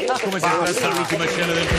Come se fosse l'ultima scena del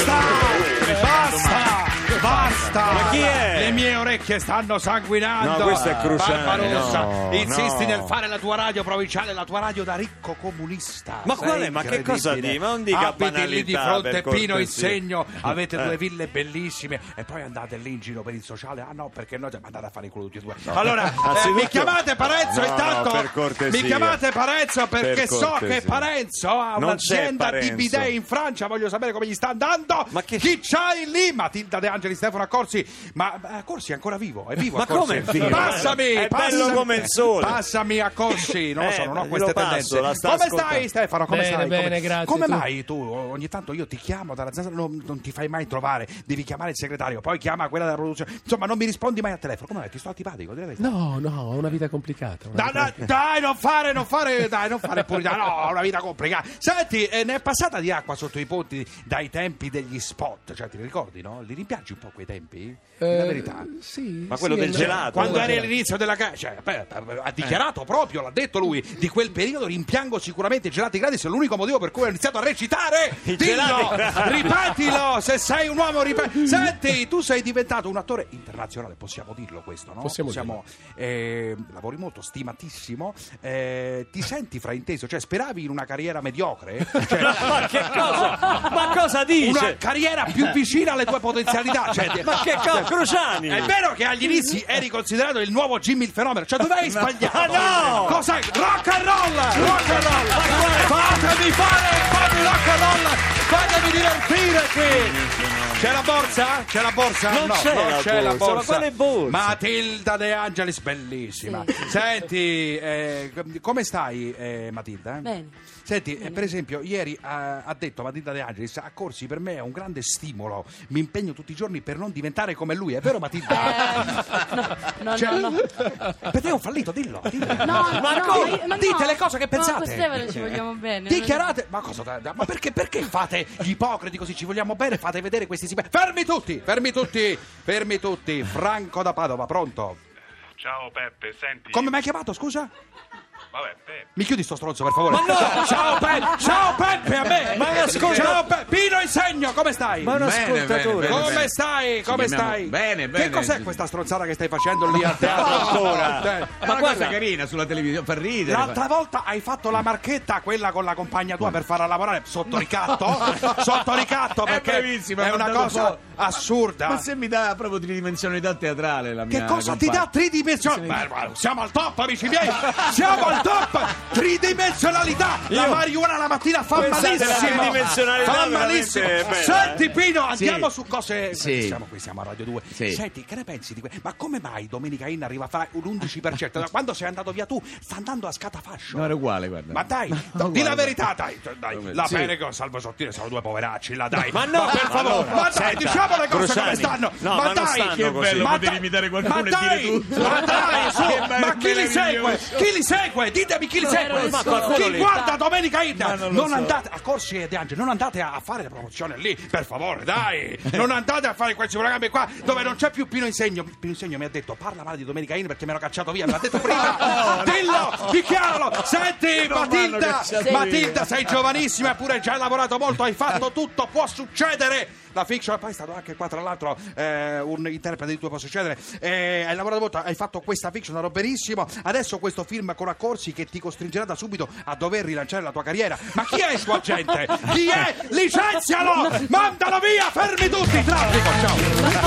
Basta! Ma chi è? Le mie orecchie stanno sanguinando. No, questo è Cruciani. Barbarossa, No, insisti no. nel fare la tua radio provinciale, la tua radio da ricco comunista. Ma Sei qual è? Ma che cosa incredibile. di? Ma non dica Abiti lì di banalità, fronte per Pino cortesia. Insegno, avete due ville bellissime e poi andate lì in giro per il sociale. Ah no, perché no, andate a fare i culo tutti e due. Allora, mi chiamate Parenzo No, intanto? no, per cortesia. Mi chiamate Parenzo perché Per so che cortesia. Parenzo ha Non un'azienda c'è di Parenzo. bidet in Francia, voglio sapere come gli sta andando. Ma che- Chi c'hai lì? Matilda De Angeli, Stefano Accorsi. Ma Accorsi è ancora vivo? È vivo Ma Accorsi? come è vivo? Passami! È bello passami- come il sole. Passami Accorsi, non lo so, non ho queste lo passo, tendenze. la sta Come ascoltando. stai Stefano? Come Bene, stai? bene, grazie, Come tu? mai tu ogni tanto io ti chiamo dalla zanzara, non ti fai mai trovare, devi chiamare il segretario, poi chiama quella della produzione, insomma non mi rispondi mai al telefono. Come mai? Ti sto antipatico? No, ho una vita complicata. Dai, non fare purità, no, una vita complicata. Senti, ne è passata di acqua sotto i ponti dai tempi degli spot, cioè ti ricordi, no? Li rimpiangi un po' quei tempi? La verità. Sì. Ma quello del gelato? Quando eri all'inizio della cioè, ha dichiarato proprio, l'ha detto lui, di quel periodo rimpiango sicuramente i gelati gratis, è l'unico motivo per cui ho iniziato a recitare. I Dillo, gelati gratis. ripetilo, se sei un uomo Senti, tu sei diventato un attore internazionale, possiamo dirlo questo, no? Possiamo lavori molto, stimatissimo, ti senti frainteso, cioè speravi in una carriera mediocre? Cioè, Ma che cosa? Ma cosa dice? una carriera più vicina alle tue potenzialità, cioè, Ma che cosa? Cruciani! è vero che agli inizi eri considerato il nuovo Jimmy il fenomeno, cioè dove hai sbagliato? no! Cos'è? Rock and roll! Rock and roll! Fatemi fare un po' di rock and roll! Fatemi divertire qui! C'è la borsa? C'è la borsa? Non no, c'è non la c'è la borsa. borsa. Ma quale borsa? Matilda De Angelis, bellissima. Senti, come stai Matilda? Bene. Senti, per esempio, ieri ha detto Matilda De Angelis, Accorsi per me è un grande stimolo, mi impegno tutti i giorni per non diventare come lui, è vero Matilda? No. Per te è un fallito, dillo. Ma dite le cose che pensate. No, con Stefano ci vogliamo bene. Dichiarate, ma cosa? Ma perché fate gli ipocriti così? Ci vogliamo bene, fate vedere questi fermi tutti. Franco da Padova, pronto? Ciao Peppe, senti. Come mi hai chiamato, scusa? Vabbè, Peppe. Mi chiudi sto stronzo, per favore. Ma no! Ciao Peppe, a me. Ma ascolta- Ciao Peppe. Pino Insegno, come stai? Ma un Bene, ascoltatore. bene, Come stai? Come chiamiamo- stai? Bene. Che cos'è questa stronzata che stai facendo lì al teatro? Ancora? Ma una cosa carina sulla televisione, fa ridere. L'altra volta hai fatto la marchetta, quella con la compagna tua, per farla lavorare sotto ricatto, perché bravissima, è ha una mandato cosa fuori. assurda. Ma se mi dà proprio tridimensionalità teatrale la mia Che cosa ti compagna. dà tridimensionalità? Beh, siamo al top, amici miei! Siamo al top! Tridimensionalità! La marijuana la mattina fa Questa della malissimo! tridimensionalità Fa veramente malissimo! bella, Senti Pino, andiamo su cose... Sì. Siamo a Radio 2. Sì. Senti, che ne pensi di ma come mai Domenica In arriva a fare un 11%? Da quando sei andato via tu, sta andando a scatafascio. No, era uguale, guarda. Ma dai, di la verità, dai, la bene che Salvo Sottile sono due poveracci, la dai. Ma no, per favore, allora, ma dai, senta, diciamo le cose Cruciani. come stanno. No, ma ma non dai, stanno Che così. bello ma poter dai, imitare qualcuno ma e dire dai, tutto. ma dai, su, Che ma chi li segue? meraviglioso. Chi li segue? Ditemi chi li segue. Ma qualcuno Chi li- guarda Domenica In? non lo Non so. andate a Corsi e De Angeli, non andate a fare le promozioni lì, per favore, dai. Non andate a fare questi programmi qua dove non c'è più Pino Insegno. Pino Insegno mi ha detto parla male di Domenica In perché mi hanno cacciato via, me l'ha detto prima. Dillo, dichiaralo. Senti, Non m'hanno Matilda, cacciato via. Matilda, sei giovanissima, eppure già hai lavorato molto, hai fatto tutto, può succedere. La fiction, poi è stato anche qua tra l'altro un interprete di tutto può succedere, hai lavorato molto, hai fatto questa fiction, ero benissimo, adesso questo film con Accorsi che ti costringerà da subito a dover rilanciare la tua carriera. Ma chi è il suo agente? Chi è? Licenzialo, mandalo via, fermi tutti, traffico, ciao.